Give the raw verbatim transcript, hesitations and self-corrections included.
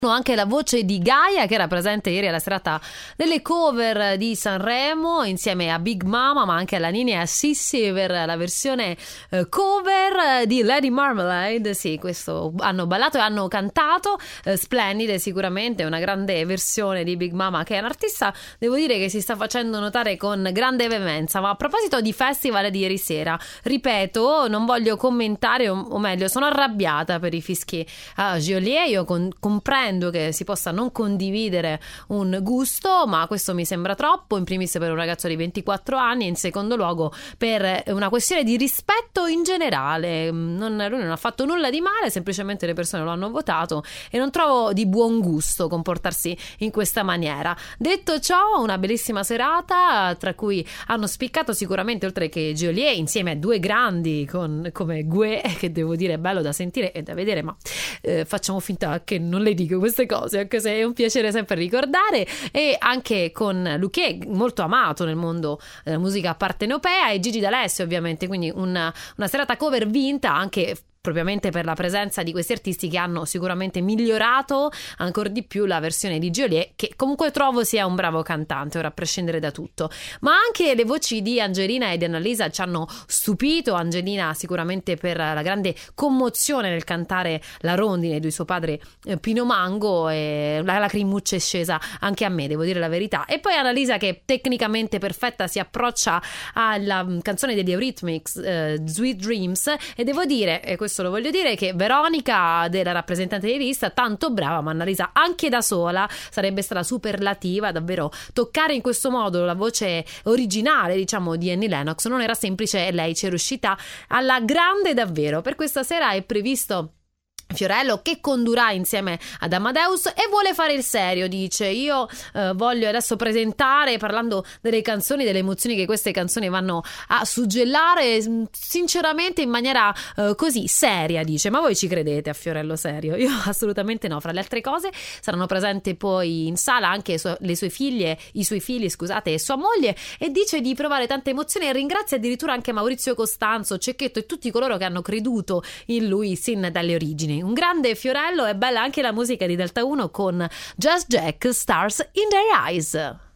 Anche la voce di Gaia, che era presente ieri alla serata delle cover di Sanremo insieme a Big Mama, ma anche alla Nini e a Sissi per la versione eh, cover di Lady Marmalade. Sì, questo hanno ballato e hanno cantato, eh, splendide sicuramente, una grande versione di Big Mama, che è un artista, devo dire, che si sta facendo notare con grande veemenza. Ma a proposito di festival di ieri sera, ripeto, non voglio commentare, o, o meglio, sono arrabbiata per i fischi a Geolier. Io con, comprendo che si possa non condividere un gusto, ma questo mi sembra troppo, in primis per un ragazzo di ventiquattro anni e in secondo luogo per una questione di rispetto in generale. Non, lui non ha fatto nulla di male, semplicemente le persone lo hanno votato e non trovo di buon gusto comportarsi in questa maniera. Detto ciò, una bellissima serata, tra cui hanno spiccato sicuramente, oltre che Geolier, insieme a due grandi con, come Gue, che devo dire è bello da sentire e da vedere, ma eh, facciamo finta che non le dico queste cose, anche se è un piacere sempre ricordare, e anche con Luché, molto amato nel mondo della musica partenopea, e Gigi D'Alessio ovviamente, quindi una, una serata cover vinta anche propriamente per la presenza di questi artisti che hanno sicuramente migliorato ancora di più la versione di Geolier, che comunque trovo sia un bravo cantante, ora a prescindere da tutto. Ma anche le voci di Angelina e di Annalisa ci hanno stupito. Angelina sicuramente per la grande commozione nel cantare La rondine di suo padre eh, Pino Mango, e la lacrimuccia è scesa anche a me, devo dire la verità. E poi Annalisa, che tecnicamente perfetta, si approccia alla canzone degli Eurythmics, eh, Sweet Dreams, e devo dire, e questo lo voglio dire, che Veronica, della rappresentante di lista, tanto brava, ma Annalisa anche da sola sarebbe stata superlativa. Davvero toccare in questo modo la voce originale, diciamo, di Annie Lennox non era semplice, e lei ci è riuscita alla grande davvero. Per questa sera è previsto Fiorello, che condurrà insieme ad Amadeus e vuole fare il serio. Dice: io eh, voglio adesso presentare, parlando delle canzoni, delle emozioni che queste canzoni vanno a suggellare, sinceramente in maniera eh, così seria. Dice: ma voi ci credete a Fiorello serio? Io assolutamente no. Fra le altre cose saranno presenti poi in sala anche su- le sue figlie, i suoi figli scusate, e sua moglie, e dice di provare tante emozioni e ringrazia addirittura anche Maurizio Costanzo, Cecchetto e tutti coloro che hanno creduto in lui sin dalle origini. Un grande Fiorello. È bella anche la musica di Delta uno con Just Jack, Stars in Their Eyes.